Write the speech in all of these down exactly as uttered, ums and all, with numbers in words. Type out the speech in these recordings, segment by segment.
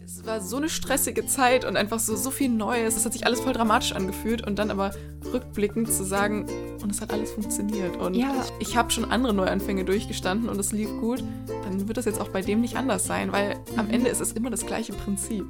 es war so eine stressige Zeit und einfach so, so viel Neues. Es hat sich alles voll dramatisch angefühlt und dann aber rückblickend zu sagen, und es hat alles funktioniert. Und ja. ich, ich habe schon andere Neuanfänge durchgestanden und es lief gut. Dann wird es jetzt auch bei dem nicht anders sein, weil am Ende ist es immer das gleiche Prinzip.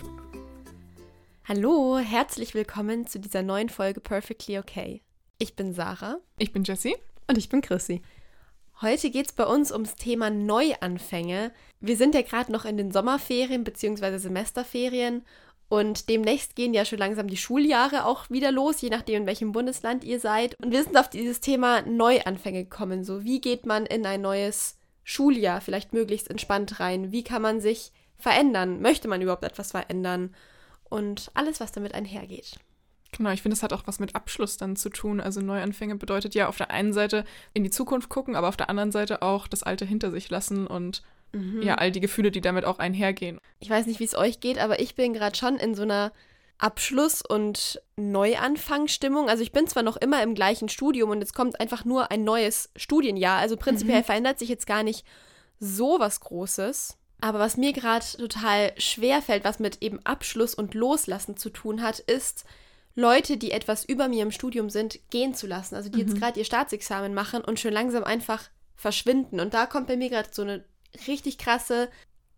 Hallo, herzlich willkommen zu dieser neuen Folge Perfectly Okay. Ich bin Sarah. Ich bin Jessie. Und ich bin Chrissy. Heute geht es bei uns ums Thema Neuanfänge. Wir sind ja gerade noch in den Sommerferien bzw. Semesterferien und demnächst gehen ja schon langsam die Schuljahre auch wieder los, je nachdem, in welchem Bundesland ihr seid. Und wir sind auf dieses Thema Neuanfänge gekommen. So, wie geht man in ein neues Schuljahr vielleicht möglichst entspannt rein? Wie kann man sich verändern? Möchte man überhaupt etwas verändern? Und alles, was damit einhergeht. Genau, ich finde, es hat auch was mit Abschluss dann zu tun. Also Neuanfänge bedeutet ja auf der einen Seite in die Zukunft gucken, aber auf der anderen Seite auch das Alte hinter sich lassen und mhm. ja, all die Gefühle, die damit auch einhergehen. Ich weiß nicht, wie es euch geht, aber ich bin gerade schon in so einer Abschluss- und Neuanfangsstimmung. Also ich bin zwar noch immer im gleichen Studium und jetzt kommt einfach nur ein neues Studienjahr. Also prinzipiell mhm. verändert sich jetzt gar nicht so was Großes. Aber was mir gerade total schwer fällt, was mit eben Abschluss und Loslassen zu tun hat, ist, Leute, die etwas über mir im Studium sind, gehen zu lassen. Also die mhm. jetzt gerade ihr Staatsexamen machen und schon langsam einfach verschwinden. Und da kommt bei mir gerade so eine richtig krasse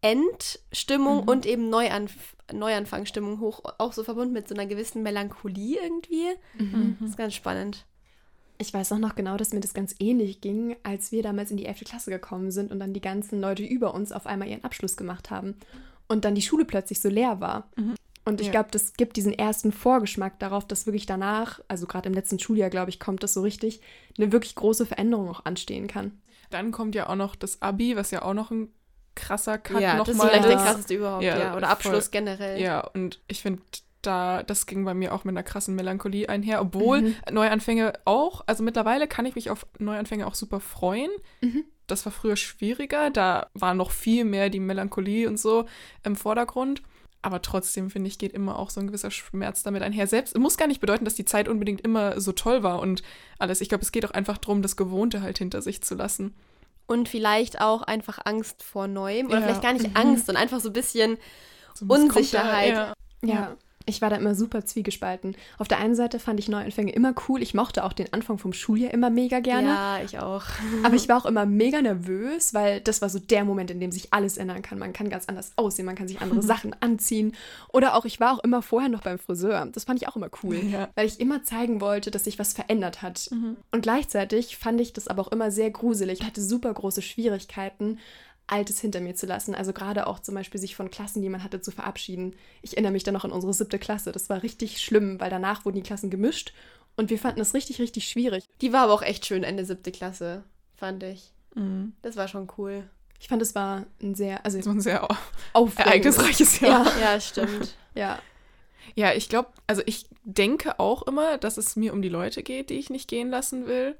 Endstimmung mhm. und eben Neuanf- Neuanfangsstimmung hoch. Auch so verbunden mit so einer gewissen Melancholie irgendwie. Mhm. Das ist ganz spannend. Ich weiß auch noch genau, dass mir das ganz ähnlich ging, als wir damals in die elfte Klasse gekommen sind und dann die ganzen Leute über uns auf einmal ihren Abschluss gemacht haben. Und dann die Schule plötzlich so leer war. Mhm. Und ich ja. glaube, das gibt diesen ersten Vorgeschmack darauf, dass wirklich danach, also gerade im letzten Schuljahr, glaube ich, kommt das so richtig, eine wirklich große Veränderung auch anstehen kann. Dann kommt ja auch noch das Abi, was ja auch noch ein krasser Cut ja, nochmal ist. Ja, das ist vielleicht der krasseste überhaupt, ja. ja. Oder Abschluss voll. Generell. Ja, und ich finde, da, das ging bei mir auch mit einer krassen Melancholie einher, obwohl mhm. Neuanfänge auch, also mittlerweile kann ich mich auf Neuanfänge auch super freuen. Mhm. Das war früher schwieriger, da war noch viel mehr die Melancholie und so im Vordergrund. Aber trotzdem, finde ich, geht immer auch so ein gewisser Schmerz damit einher. Selbst, es muss gar nicht bedeuten, dass die Zeit unbedingt immer so toll war und alles. Ich glaube, es geht auch einfach darum, das Gewohnte halt hinter sich zu lassen. Und vielleicht auch einfach Angst vor Neuem. Oder ja. vielleicht gar nicht mhm. Angst und einfach so ein bisschen so, Unsicherheit. Da, ja. ja. Ich war da immer super zwiegespalten. Auf der einen Seite fand ich Neuanfänge immer cool. Ich mochte auch den Anfang vom Schuljahr immer mega gerne. Ja, ich auch. Aber ich war auch immer mega nervös, weil das war so der Moment, in dem sich alles ändern kann. Man kann ganz anders aussehen, man kann sich andere Sachen anziehen. Oder auch, ich war auch immer vorher noch beim Friseur. Das fand ich auch immer cool, ja. weil ich immer zeigen wollte, dass sich was verändert hat. Mhm. Und gleichzeitig fand ich das aber auch immer sehr gruselig. Ich hatte super große Schwierigkeiten, Altes hinter mir zu lassen. Also gerade auch zum Beispiel sich von Klassen, die man hatte, zu verabschieden. Ich erinnere mich dann noch an unsere siebte Klasse. Das war richtig schlimm, weil danach wurden die Klassen gemischt und wir fanden das richtig, richtig schwierig. Die war aber auch echt schön, Ende siebte Klasse, fand ich. Mhm. Das war schon cool. Ich fand, es war ein sehr, also das war ein sehr aufregendes, ereignisreiches Jahr. Ja, ja stimmt. ja. Ja, ich glaube, also ich denke auch immer, dass es mir um die Leute geht, die ich nicht gehen lassen will.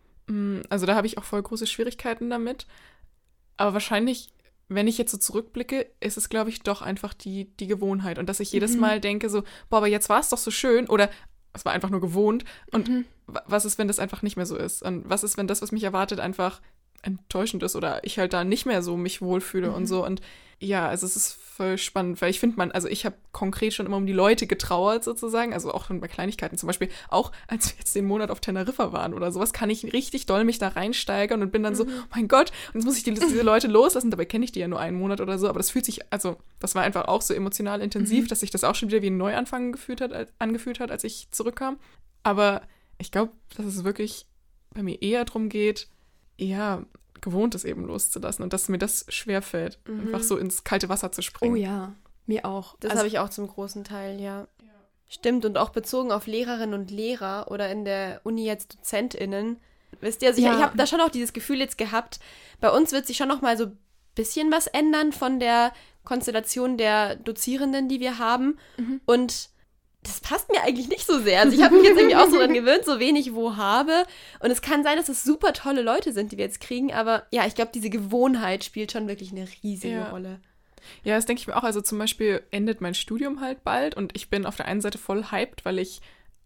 Also da habe ich auch voll große Schwierigkeiten damit. Aber wahrscheinlich, wenn ich jetzt so zurückblicke, ist es, glaube ich, doch einfach die, die Gewohnheit. Und dass ich jedes mhm. Mal denke so, boah, aber jetzt war es doch so schön. Oder es war einfach nur gewohnt. Und mhm. was ist, wenn das einfach nicht mehr so ist? Und was ist, wenn das, was mich erwartet, einfach enttäuschend ist oder ich halt da nicht mehr so mich wohlfühle mhm. und so. Und ja, also es ist voll spannend, weil ich finde, man, also ich habe konkret schon immer um die Leute getrauert sozusagen, also auch bei Kleinigkeiten zum Beispiel, auch als wir jetzt den Monat auf Teneriffa waren oder sowas, kann ich richtig doll mich da reinsteigern und bin dann mhm. so, oh mein Gott, und jetzt muss ich die, diese Leute loslassen, dabei kenne ich die ja nur einen Monat oder so, aber das fühlt sich, also das war einfach auch so emotional intensiv, mhm. dass sich das auch schon wieder wie ein Neuanfang gefühlt hat, angefühlt hat, als ich zurückkam. Aber ich glaube, dass es wirklich bei mir eher darum geht, ja, Gewohntes eben loszulassen und dass mir das schwerfällt, mhm. einfach so ins kalte Wasser zu springen. Oh ja, mir auch. Das also, habe ich auch zum großen Teil, ja. ja. Stimmt, und auch bezogen auf Lehrerinnen und Lehrer oder in der Uni jetzt DozentInnen. Wisst ihr, also ja. ich, ich habe da schon auch dieses Gefühl jetzt gehabt, bei uns wird sich schon noch mal so ein bisschen was ändern von der Konstellation der Dozierenden, die wir haben. Mhm. Und das passt mir eigentlich nicht so sehr. Also ich habe mich jetzt irgendwie auch so daran gewöhnt, so wenig wo habe. Und es kann sein, dass es super tolle Leute sind, die wir jetzt kriegen. Aber ja, ich glaube, diese Gewohnheit spielt schon wirklich eine riesige ja. Rolle. Ja, das denke ich mir auch. Also zum Beispiel endet mein Studium halt bald und ich bin auf der einen Seite voll hyped, weil ich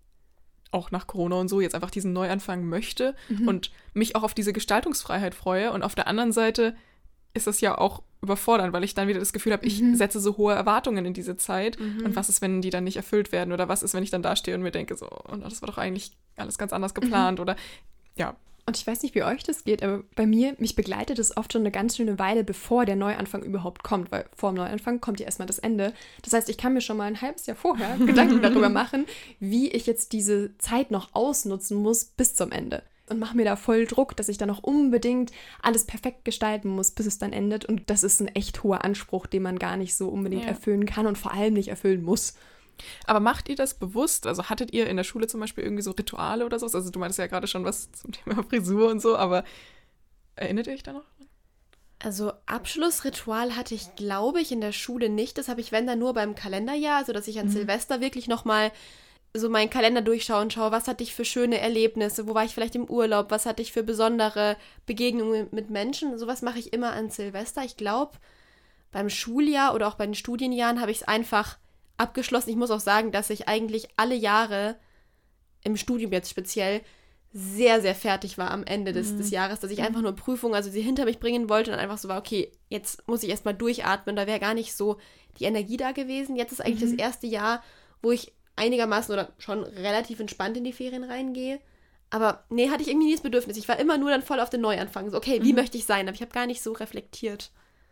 auch nach Corona und so jetzt einfach diesen Neuanfang möchte mhm. und mich auch auf diese Gestaltungsfreiheit freue. Und auf der anderen Seite ist das ja auch überfordernd, weil ich dann wieder das Gefühl habe, ich Mhm. setze so hohe Erwartungen in diese Zeit. Mhm. Und was ist, wenn die dann nicht erfüllt werden? Oder was ist, wenn ich dann da stehe und mir denke, so, oh, das war doch eigentlich alles ganz anders geplant? Oder ja. Und ich weiß nicht, wie euch das geht, aber bei mir, mich begleitet es oft schon eine ganz schöne Weile, bevor der Neuanfang überhaupt kommt, weil vor dem Neuanfang kommt ja erstmal das Ende. Das heißt, ich kann mir schon mal ein halbes Jahr vorher Gedanken darüber machen, wie ich jetzt diese Zeit noch ausnutzen muss bis zum Ende. Und mache mir da voll Druck, dass ich dann noch unbedingt alles perfekt gestalten muss, bis es dann endet. Und das ist ein echt hoher Anspruch, den man gar nicht so unbedingt Ja. erfüllen kann und vor allem nicht erfüllen muss. Aber macht ihr das bewusst? Also hattet ihr in der Schule zum Beispiel irgendwie so Rituale oder so? Also du meintest ja gerade schon was zum Thema Frisur und so, aber erinnert ihr euch da noch? Also Abschlussritual hatte ich, glaube ich, in der Schule nicht. Das habe ich, wenn dann, nur beim Kalenderjahr, also dass ich an Mhm. Silvester wirklich nochmal so meinen Kalender durchschaue und schaue, was hatte ich für schöne Erlebnisse, wo war ich vielleicht im Urlaub, was hatte ich für besondere Begegnungen mit Menschen. Sowas mache ich immer an Silvester. Ich glaube, beim Schuljahr oder auch bei den Studienjahren habe ich es einfach abgeschlossen. Ich muss auch sagen, dass ich eigentlich alle Jahre, im Studium jetzt speziell, sehr, sehr fertig war am Ende des, Mhm. des Jahres, dass ich einfach nur Prüfungen, also sie hinter mich bringen wollte und einfach so war, okay, jetzt muss ich erstmal durchatmen, da wäre gar nicht so die Energie da gewesen. Jetzt ist eigentlich Mhm. das erste Jahr, wo ich einigermaßen oder schon relativ entspannt in die Ferien reingehe. Aber nee, hatte ich irgendwie nie das Bedürfnis. Ich war immer nur dann voll auf den Neuanfang. So, okay, wie Mhm. möchte ich sein? Aber ich habe gar nicht so reflektiert.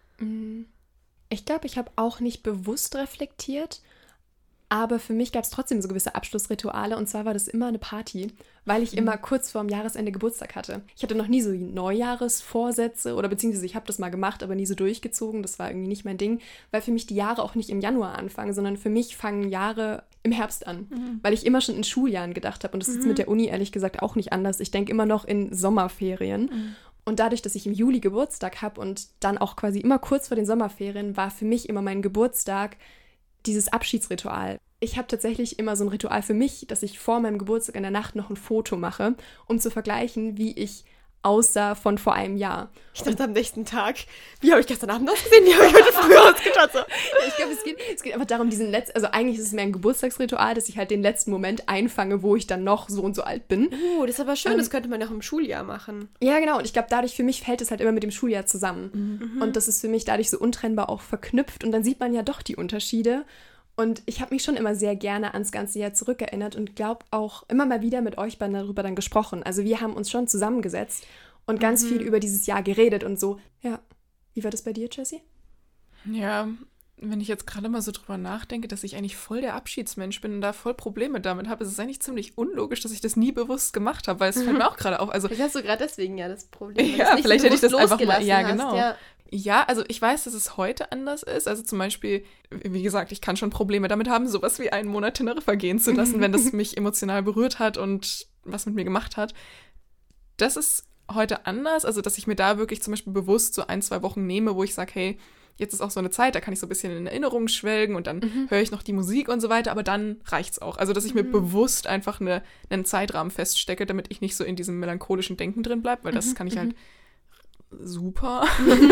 Ich glaube, ich habe auch nicht bewusst reflektiert, aber für mich gab es trotzdem so gewisse Abschlussrituale und zwar war das immer eine Party, weil ich immer kurz vorm Jahresende Geburtstag hatte. Ich hatte noch nie so Neujahresvorsätze oder beziehungsweise ich habe das mal gemacht, aber nie so durchgezogen. Das war irgendwie nicht mein Ding, weil für mich die Jahre auch nicht im Januar anfangen, sondern für mich fangen Jahre im Herbst an, Mhm. weil ich immer schon in Schuljahren gedacht habe und das ist Mhm. mit der Uni ehrlich gesagt auch nicht anders. Ich denke immer noch in Sommerferien. Mhm. Und dadurch, dass ich im Juli Geburtstag habe und dann auch quasi immer kurz vor den Sommerferien, war für mich immer mein Geburtstag dieses Abschiedsritual. Ich habe tatsächlich immer so ein Ritual für mich, dass ich vor meinem Geburtstag in der Nacht noch ein Foto mache, um zu vergleichen, wie ich aussah von vor einem Jahr. Ich dachte am nächsten Tag, wie habe ich gestern Abend ausgesehen? Wie habe ich heute früh ausgeschaut? So. Ich glaube, es geht, es geht einfach darum, diesen letzten, also eigentlich ist es mehr ein Geburtstagsritual, dass ich halt den letzten Moment einfange, wo ich dann noch so und so alt bin. Oh, das ist aber schön, Ähm, das könnte man ja auch im Schuljahr machen. Ja, genau. Und ich glaube, dadurch für mich fällt es halt immer mit dem Schuljahr zusammen. Mhm. Und das ist für mich dadurch so untrennbar auch verknüpft. Und dann sieht man ja doch die Unterschiede. Und ich habe mich schon immer sehr gerne ans ganze Jahr zurückerinnert und glaube auch immer mal wieder mit euch beiden darüber dann gesprochen. Also wir haben uns schon zusammengesetzt und ganz Mhm. viel über dieses Jahr geredet und so. Ja. Wie war das bei dir, Jessie? Ja, wenn ich jetzt gerade mal so drüber nachdenke, dass ich eigentlich voll der Abschiedsmensch bin und da voll Probleme damit habe, ist es eigentlich ziemlich unlogisch, dass ich das nie bewusst gemacht habe, weil es fällt mir auch gerade auf. Also Vielleicht hast du gerade deswegen ja das Problem. weil Ja, du es nicht vielleicht hätte ich bewusst das einfach mal- losgelassen ja, hast. genau. Ja. ja, also ich weiß, dass es heute anders ist. Also zum Beispiel, wie gesagt, ich kann schon Probleme damit haben, sowas wie einen Monat Teneriffa gehen zu lassen, wenn das mich emotional berührt hat und was mit mir gemacht hat. Das ist heute anders, also dass ich mir da wirklich zum Beispiel bewusst so ein, zwei Wochen nehme, wo ich sage, hey, jetzt ist auch so eine Zeit, da kann ich so ein bisschen in Erinnerungen schwelgen und dann Mhm. höre ich noch die Musik und so weiter, aber dann reicht's auch. Also, dass ich mir Mhm. bewusst einfach eine, einen Zeitrahmen feststecke, damit ich nicht so in diesem melancholischen Denken drin bleibe, weil das Mhm, kann ich mhm. halt super.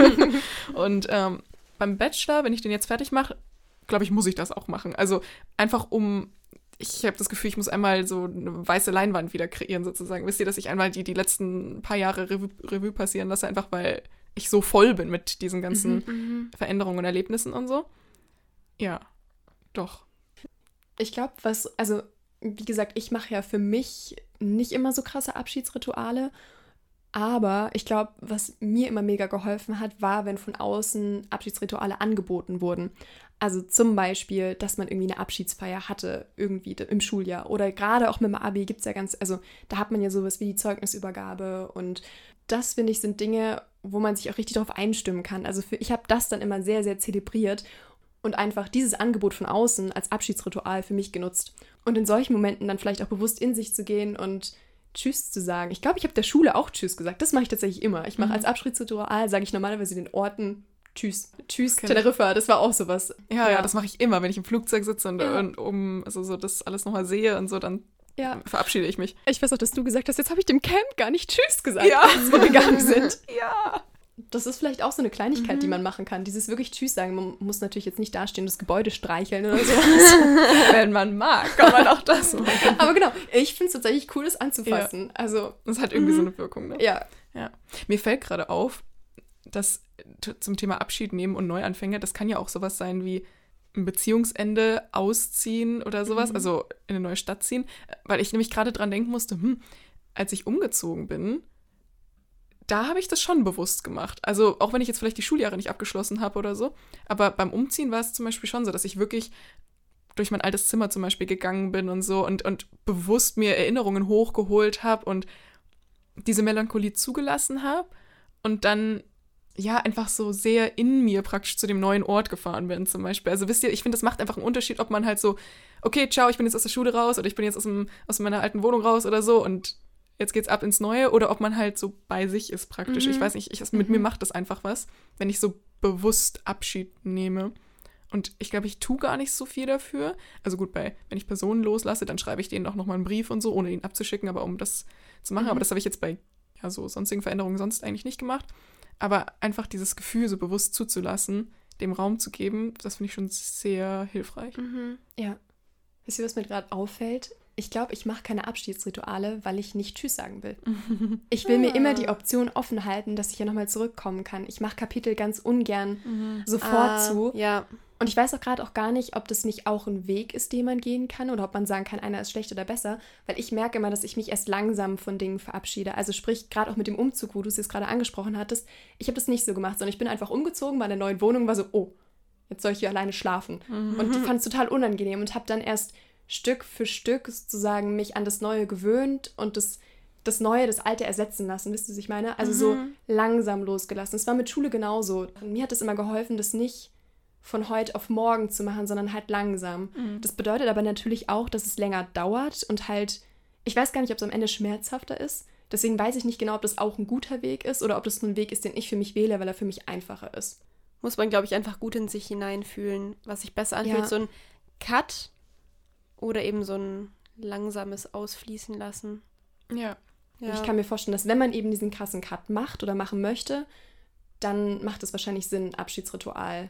Und ähm, beim Bachelor, wenn ich den jetzt fertig mache, glaube ich, muss ich das auch machen. Also einfach um, ich habe das Gefühl, ich muss einmal so eine weiße Leinwand wieder kreieren sozusagen. Wisst ihr, dass ich einmal die, die letzten paar Jahre Revue, Revue passieren lasse, einfach weil ich so voll bin mit diesen ganzen Mhm. Veränderungen und Erlebnissen und so. Ja, doch. Ich glaube, was, also wie gesagt, ich mache ja für mich nicht immer so krasse Abschiedsrituale, aber ich glaube, was mir immer mega geholfen hat, war, wenn von außen Abschiedsrituale angeboten wurden. Also zum Beispiel, dass man irgendwie eine Abschiedsfeier hatte, irgendwie im Schuljahr. Oder gerade auch mit dem Abi gibt es ja ganz, also da hat man ja sowas wie die Zeugnisübergabe. Und das, finde ich, sind Dinge, wo man sich auch richtig darauf einstimmen kann. Also für, ich habe das dann immer sehr, sehr zelebriert und einfach dieses Angebot von außen als Abschiedsritual für mich genutzt. Und in solchen Momenten dann vielleicht auch bewusst in sich zu gehen und Tschüss zu sagen. Ich glaube, ich habe der Schule auch Tschüss gesagt. Das mache ich tatsächlich immer. Ich mache Mhm. als Abschiedsritual, sage ich normalerweise den Orten Tschüss. Tschüss, Kenn ich. Teneriffa, das war auch sowas. Ja, ja, das mache ich immer, wenn ich im Flugzeug sitze und, Ja. und um also so das alles nochmal sehe und so, dann Ja. verabschiede ich mich. Ich weiß auch, dass du gesagt hast, jetzt habe ich dem Camp gar nicht Tschüss gesagt, Ja. als wir gegangen sind. Ja. Das ist vielleicht auch so eine Kleinigkeit, Mhm. die man machen kann. Dieses wirklich Tschüss sagen. Man muss natürlich jetzt nicht dastehen und das Gebäude streicheln oder so. Wenn man mag, kann man auch das machen. Aber genau, ich finde es tatsächlich cool, das anzufassen. Also, Das hat irgendwie so eine Wirkung, ne? ja. Ja. Mir fällt gerade auf, das t- zum Thema Abschied nehmen und Neuanfänge, das kann ja auch sowas sein wie ein Beziehungsende, ausziehen oder sowas, mhm. also in eine neue Stadt ziehen, weil ich nämlich gerade dran denken musste, hm, als ich umgezogen bin, da habe ich das schon bewusst gemacht. Also auch wenn ich jetzt vielleicht die Schuljahre nicht abgeschlossen habe oder so, aber beim Umziehen war es zum Beispiel schon so, dass ich wirklich durch mein altes Zimmer zum Beispiel gegangen bin und so und, und bewusst mir Erinnerungen hochgeholt habe und diese Melancholie zugelassen habe und dann ja, einfach so sehr in mir praktisch zu dem neuen Ort gefahren bin zum Beispiel. Also wisst ihr, ich finde, das macht einfach einen Unterschied, ob man halt so, okay, ciao, ich bin jetzt aus der Schule raus oder ich bin jetzt aus, dem, aus meiner alten Wohnung raus oder so und jetzt geht's ab ins Neue oder ob man halt so bei sich ist praktisch. Mhm. Ich weiß nicht, ich, mit mhm. mir macht das einfach was, wenn ich so bewusst Abschied nehme. Und ich glaube, ich tue gar nicht so viel dafür. Also gut, bei, wenn ich Personen loslasse, dann schreibe ich denen auch nochmal einen Brief und so, ohne ihn abzuschicken, aber um das zu machen. Mhm. Aber das habe ich jetzt bei ja, so sonstigen Veränderungen sonst eigentlich nicht gemacht. Aber einfach dieses Gefühl so bewusst zuzulassen, dem Raum zu geben, das finde ich schon sehr hilfreich. Mhm. Ja. Wisst ihr, was mir gerade auffällt? Ich glaube, ich mache keine Abschiedsrituale, weil ich nicht Tschüss sagen will. Ich will mir immer die Option offen halten, dass ich ja nochmal zurückkommen kann. Ich mache Kapitel ganz ungern mhm. sofort ah, zu. Ja. Und ich weiß auch gerade auch gar nicht, ob das nicht auch ein Weg ist, den man gehen kann oder ob man sagen kann, einer ist schlecht oder besser, weil ich merke immer, dass ich mich erst langsam von Dingen verabschiede. Also sprich, gerade auch mit dem Umzug, wo du es jetzt gerade angesprochen hattest, ich habe das nicht so gemacht, sondern ich bin einfach umgezogen, war in der neuen Wohnung und war so, oh, jetzt soll ich hier alleine schlafen. Mhm. Und ich fand es total unangenehm und habe dann erst Stück für Stück sozusagen mich an das Neue gewöhnt und das, das Neue, das Alte ersetzen lassen. Wisst ihr, was ich meine? Also mhm. so langsam losgelassen. Es war mit Schule genauso. Und mir hat es immer geholfen, das nicht von heute auf morgen zu machen, sondern halt langsam. Mhm. Das bedeutet aber natürlich auch, dass es länger dauert und halt, ich weiß gar nicht, ob es am Ende schmerzhafter ist. Deswegen weiß ich nicht genau, ob das auch ein guter Weg ist oder ob das nur ein Weg ist, den ich für mich wähle, weil er für mich einfacher ist. Muss man, glaube ich, einfach gut in sich hineinfühlen, was sich besser anfühlt. Ja. So ein Cut oder eben so ein langsames Ausfließen lassen. Ja. ja. Ich kann mir vorstellen, dass wenn man eben diesen krassen Cut macht oder machen möchte, dann macht es wahrscheinlich Sinn, ein Abschiedsritual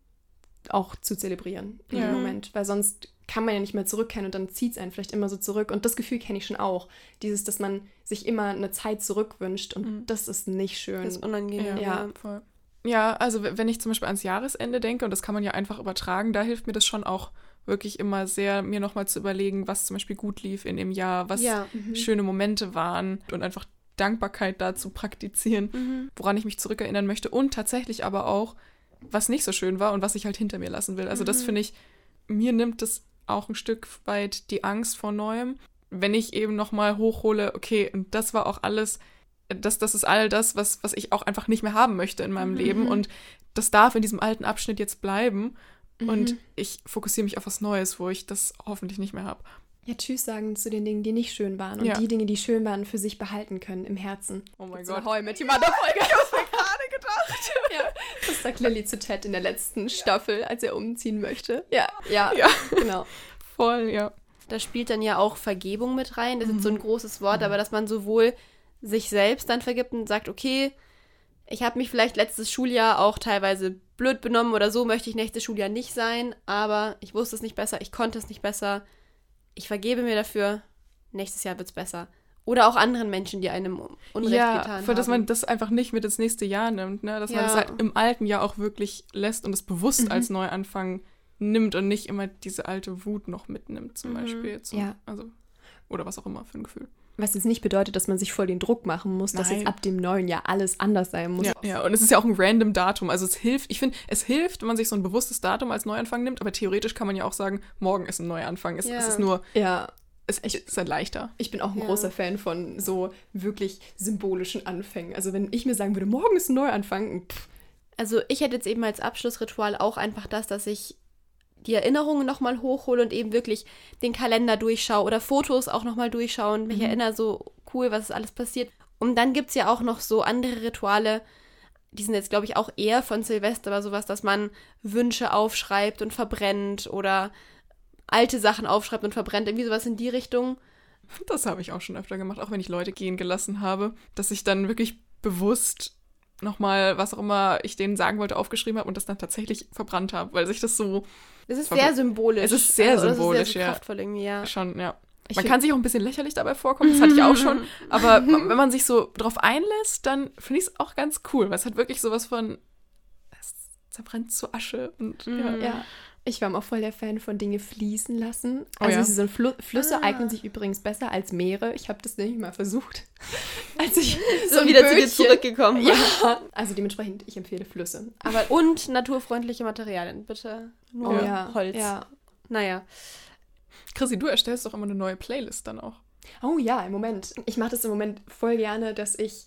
auch zu zelebrieren in ja. dem Moment, weil sonst kann man ja nicht mehr zurückkehren und dann zieht es einen vielleicht immer so zurück und das Gefühl kenne ich schon auch, dieses, dass man sich immer eine Zeit zurückwünscht und mhm. das ist nicht schön. Das ist unangenehm. Ja, ja. Voll. Ja, also wenn ich zum Beispiel ans Jahresende denke und das kann man ja einfach übertragen, da hilft mir das schon auch wirklich immer sehr, mir nochmal zu überlegen, was zum Beispiel gut lief in dem Jahr, was ja. mhm. schöne Momente waren und einfach Dankbarkeit dazu praktizieren, mhm. woran ich mich zurückerinnern möchte und tatsächlich aber auch was nicht so schön war und was ich halt hinter mir lassen will. Also mhm. das finde ich, mir nimmt das auch ein Stück weit die Angst vor Neuem, wenn ich eben nochmal hochhole, okay, und das war auch alles, das, das ist all das, was, was ich auch einfach nicht mehr haben möchte in meinem mhm. Leben und das darf in diesem alten Abschnitt jetzt bleiben mhm. und ich fokussiere mich auf was Neues, wo ich das hoffentlich nicht mehr habe. Ja, Tschüss sagen zu den Dingen, die nicht schön waren und ja. die Dinge, die schön waren, für sich behalten können im Herzen. Oh mein so Gott. How I Met Your Mother Folge. Ich hab's mir gerade gedacht. Ja, das sagt Lily zu Ted in der letzten ja. Staffel, als er umziehen möchte. Ja, ja, ja. genau. Voll, ja. Da spielt dann ja auch Vergebung mit rein. Das ist mhm. so ein großes Wort, mhm. aber dass man sowohl sich selbst dann vergibt und sagt, okay, ich habe mich vielleicht letztes Schuljahr auch teilweise blöd benommen oder so, möchte ich nächstes Schuljahr nicht sein, aber ich wusste es nicht besser, ich konnte es nicht besser. Ich vergebe mir dafür, nächstes Jahr wird es besser. Oder auch anderen Menschen, die einem Unrecht ja, getan für, haben. dass man das einfach nicht mit ins nächste Jahr nimmt, ne? Dass ja. man das halt im alten Jahr auch wirklich lässt und es bewusst mhm. als Neuanfang nimmt und nicht immer diese alte Wut noch mitnimmt zum mhm. Beispiel. Zum, ja. Also, oder was auch immer für ein Gefühl. Was jetzt nicht bedeutet, dass man sich voll den Druck machen muss, Nein. dass jetzt ab dem neuen Jahr alles anders sein muss. Ja, ja, und es ist ja auch ein random Datum. Also es hilft, ich finde, es hilft, wenn man sich so ein bewusstes Datum als Neuanfang nimmt, aber theoretisch kann man ja auch sagen, morgen ist ein Neuanfang. Es, ja. es ist nur, ja. es, es ist halt leichter. Ich bin auch ein ja. großer Fan von so wirklich symbolischen Anfängen. Also wenn ich mir sagen würde, morgen ist ein Neuanfang, pff. Also ich hätte jetzt eben als Abschlussritual auch einfach das, dass ich die Erinnerungen nochmal hochhole und eben wirklich den Kalender durchschaue oder Fotos auch nochmal durchschauen und mich mhm. erinnere, so cool, was ist alles passiert. Und dann gibt es ja auch noch so andere Rituale, die sind jetzt, glaube ich, auch eher von Silvester, aber sowas, dass man Wünsche aufschreibt und verbrennt oder alte Sachen aufschreibt und verbrennt, irgendwie sowas in die Richtung. Das habe ich auch schon öfter gemacht, auch wenn ich Leute gehen gelassen habe, dass ich dann wirklich bewusst nochmal, was auch immer ich denen sagen wollte, aufgeschrieben habe und das dann tatsächlich verbrannt habe, weil sich das so... Es ist sehr symbolisch. Es ist sehr also, symbolisch, es ist sehr so ja. kraftvoll irgendwie, ja. Schon, ja. Man kann sich auch ein bisschen lächerlich dabei vorkommen, das hatte ich auch schon. Aber wenn man sich so drauf einlässt, dann finde ich es auch ganz cool, weil es hat wirklich sowas von, es zerbrennt zu Asche. Und, ja. ja. Ich war auch voll der Fan von Dinge fließen lassen. Oh, Also ja. so Fl- Flüsse Ah. eignen sich übrigens besser als Meere. Ich habe das nämlich mal versucht. Als ich So ein wieder zu dir Bötchen- zurückgekommen. Ja, also dementsprechend, ich empfehle Flüsse. Aber Und naturfreundliche Materialien, bitte. Nur oh ja, Holz. ja. Naja. Chrissy, du erstellst doch immer eine neue Playlist dann auch. Oh ja, im Moment. Ich mache das im Moment voll gerne, dass ich,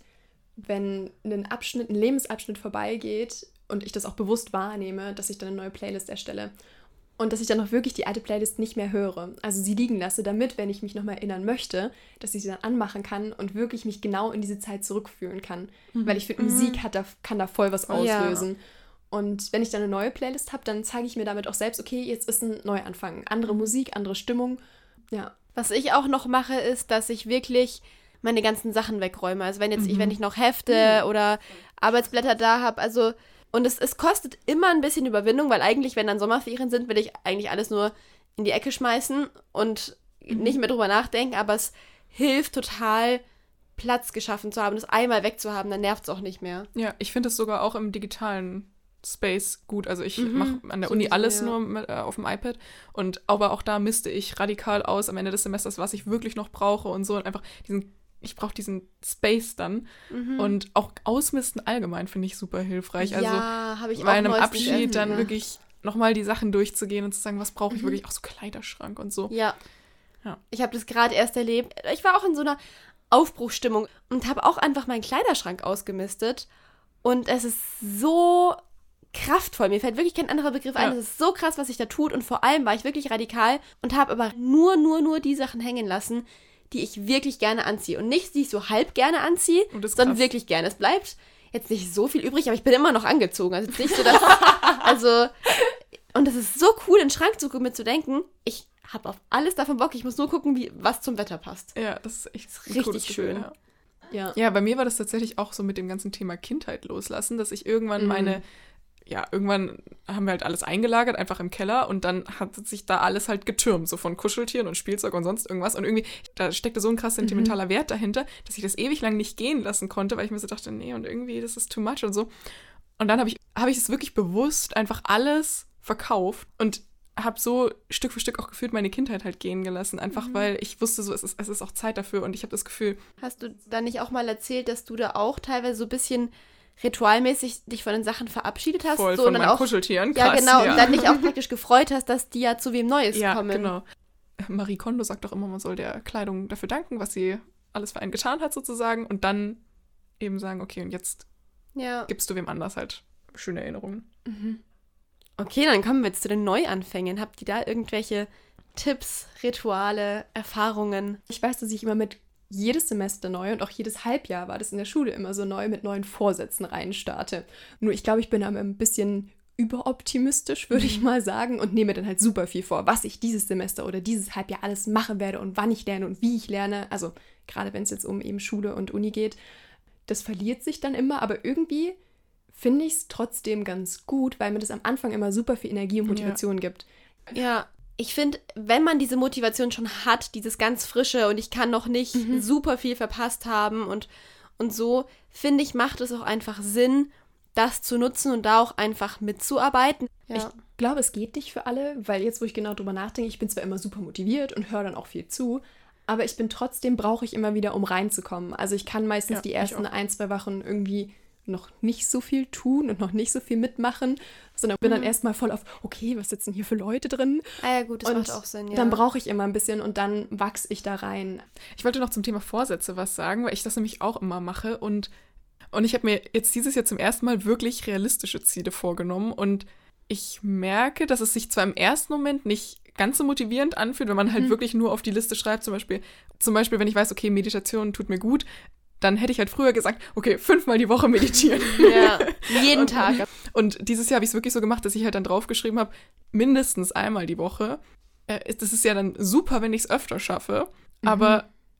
wenn ein Abschnitt, ein Lebensabschnitt vorbeigeht und ich das auch bewusst wahrnehme, dass ich dann eine neue Playlist erstelle. Und dass ich dann auch wirklich die alte Playlist nicht mehr höre. Also sie liegen lasse, damit, wenn ich mich nochmal erinnern möchte, dass ich sie dann anmachen kann und wirklich mich genau in diese Zeit zurückfühlen kann. Mhm. Weil ich finde, Musik hat da, kann da voll was auslösen. Ja. Und wenn ich dann eine neue Playlist habe, dann zeige ich mir damit auch selbst, okay, jetzt ist ein Neuanfang. Andere Musik, andere Stimmung. Ja. Was ich auch noch mache, ist, dass ich wirklich meine ganzen Sachen wegräume. Also wenn jetzt Mhm. ich, wenn ich noch Hefte mhm. oder Arbeitsblätter da habe, also und es, es kostet immer ein bisschen Überwindung, weil eigentlich, wenn dann Sommerferien sind, will ich eigentlich alles nur in die Ecke schmeißen und mhm. nicht mehr drüber nachdenken, aber es hilft total, Platz geschaffen zu haben, das einmal wegzuhaben, dann nervt es auch nicht mehr. Ja, ich finde es sogar auch im digitalen Space gut. Also ich Mhm. mache an der So Uni diese, alles ja. nur mit, äh, auf dem iPad und aber auch da misste ich radikal aus am Ende des Semesters, was ich wirklich noch brauche und so und einfach diesen ich brauche diesen Space dann. Mhm. Und auch Ausmisten allgemein finde ich super hilfreich. Also ja, habe ich bei auch einem neuestens Abschied erst, dann ja. wirklich nochmal die Sachen durchzugehen und zu sagen, was brauche ich Mhm. wirklich? Auch so Kleiderschrank und so. Ja. Ja. Ich habe das gerade erst erlebt. Ich war auch in so einer Aufbruchsstimmung und habe auch einfach meinen Kleiderschrank ausgemistet. Und es ist so kraftvoll. Mir fällt wirklich kein anderer Begriff ein. Ja. Es ist so krass, was sich da tut. Und vor allem war ich wirklich radikal und habe aber nur, nur, nur die Sachen hängen lassen, die ich wirklich gerne anziehe. Und nicht, die ich so halb gerne anziehe, Und das ist sondern krass. wirklich gerne. Es bleibt jetzt nicht so viel übrig, aber ich bin immer noch angezogen. Also jetzt nicht so, dass... also... Und es ist so cool, in den Schrank zu gucken, mir zu denken, ich habe auf alles davon Bock. Ich muss nur gucken, wie, was zum Wetter passt. Ja, das ist echt ein Richtig cooles Gefühl, schön. Ja. Ja. Ja, bei mir war das tatsächlich auch so mit dem ganzen Thema Kindheit loslassen, dass ich irgendwann Mhm. meine, ja, irgendwann haben wir halt alles eingelagert, einfach im Keller und dann hat sich da alles halt getürmt, so von Kuscheltieren und Spielzeug und sonst irgendwas und irgendwie, da steckte so ein krass sentimentaler Mhm. Wert dahinter, dass ich das ewig lang nicht gehen lassen konnte, weil ich mir so dachte, nee, und irgendwie, das ist too much und so. Und dann habe ich, habe ich es wirklich bewusst einfach alles verkauft und habe so Stück für Stück auch gefühlt meine Kindheit halt gehen gelassen, einfach Mhm. weil ich wusste so, es ist, es ist auch Zeit dafür und ich habe das Gefühl, Hast du da nicht auch mal erzählt, dass du da auch teilweise so ein bisschen ritualmäßig dich von den Sachen verabschiedet hast? voll so, von und dann meinen auch, Kuscheltieren, ja, krass. genau. Und dann dich auch praktisch gefreut hast, dass die ja zu wem Neues Ja, kommen. genau. Marie Kondo sagt doch immer, man soll der Kleidung dafür danken, was sie alles für einen getan hat sozusagen und dann eben sagen, okay, und jetzt Ja. gibst du wem anders halt schöne Erinnerungen. Mhm. Okay, dann kommen wir jetzt zu den Neuanfängen. Habt ihr da irgendwelche Tipps, Rituale, Erfahrungen? Ich weiß, dass ich immer mit jedes Semester neu und auch jedes Halbjahr war das in der Schule immer so neu mit neuen Vorsätzen reinstarte. Nur ich glaube, ich bin aber ein bisschen überoptimistisch, würde ich mal sagen, und nehme dann halt super viel vor, was ich dieses Semester oder dieses Halbjahr alles machen werde und wann ich lerne und wie ich lerne. Also gerade wenn es jetzt um eben Schule und Uni geht, das verliert sich dann immer, aber irgendwie finde ich es trotzdem ganz gut, weil mir das am Anfang immer super viel Energie und Motivation gibt. Ja, ich finde, wenn man diese Motivation schon hat, dieses ganz Frische und ich kann noch nicht Mhm. super viel verpasst haben und, und so, finde ich, macht es auch einfach Sinn, das zu nutzen und da auch einfach mitzuarbeiten. Ja. Ich glaube, es geht nicht für alle, weil jetzt, wo ich genau drüber nachdenke, ich bin zwar immer super motiviert und höre dann auch viel zu, aber ich bin trotzdem, brauche ich immer wieder, um reinzukommen. Also ich kann meistens Ja, die ich ersten auch. ein, zwei Wochen irgendwie noch nicht so viel tun und noch nicht so viel mitmachen, sondern bin dann Mhm. erstmal voll auf, okay, was sitzen hier für Leute drin? Ah ja, gut, das und macht auch Sinn, ja. dann brauche ich immer ein bisschen und dann wachse ich da rein. Ich wollte noch zum Thema Vorsätze was sagen, weil ich das nämlich auch immer mache und, und ich habe mir jetzt dieses Jahr zum ersten Mal wirklich realistische Ziele vorgenommen und ich merke, dass es sich zwar im ersten Moment nicht ganz so motivierend anfühlt, wenn man halt Mhm. wirklich nur auf die Liste schreibt, zum Beispiel, zum Beispiel, wenn ich weiß, okay, Meditation tut mir gut, dann hätte ich halt früher gesagt, okay, fünfmal die Woche meditieren. Ja, jeden Und- Tag. Und dieses Jahr habe ich es wirklich so gemacht, dass ich halt dann draufgeschrieben habe, mindestens einmal die Woche. Äh, ist- das ist ja dann super, wenn ich es öfter schaffe. Mhm. Aber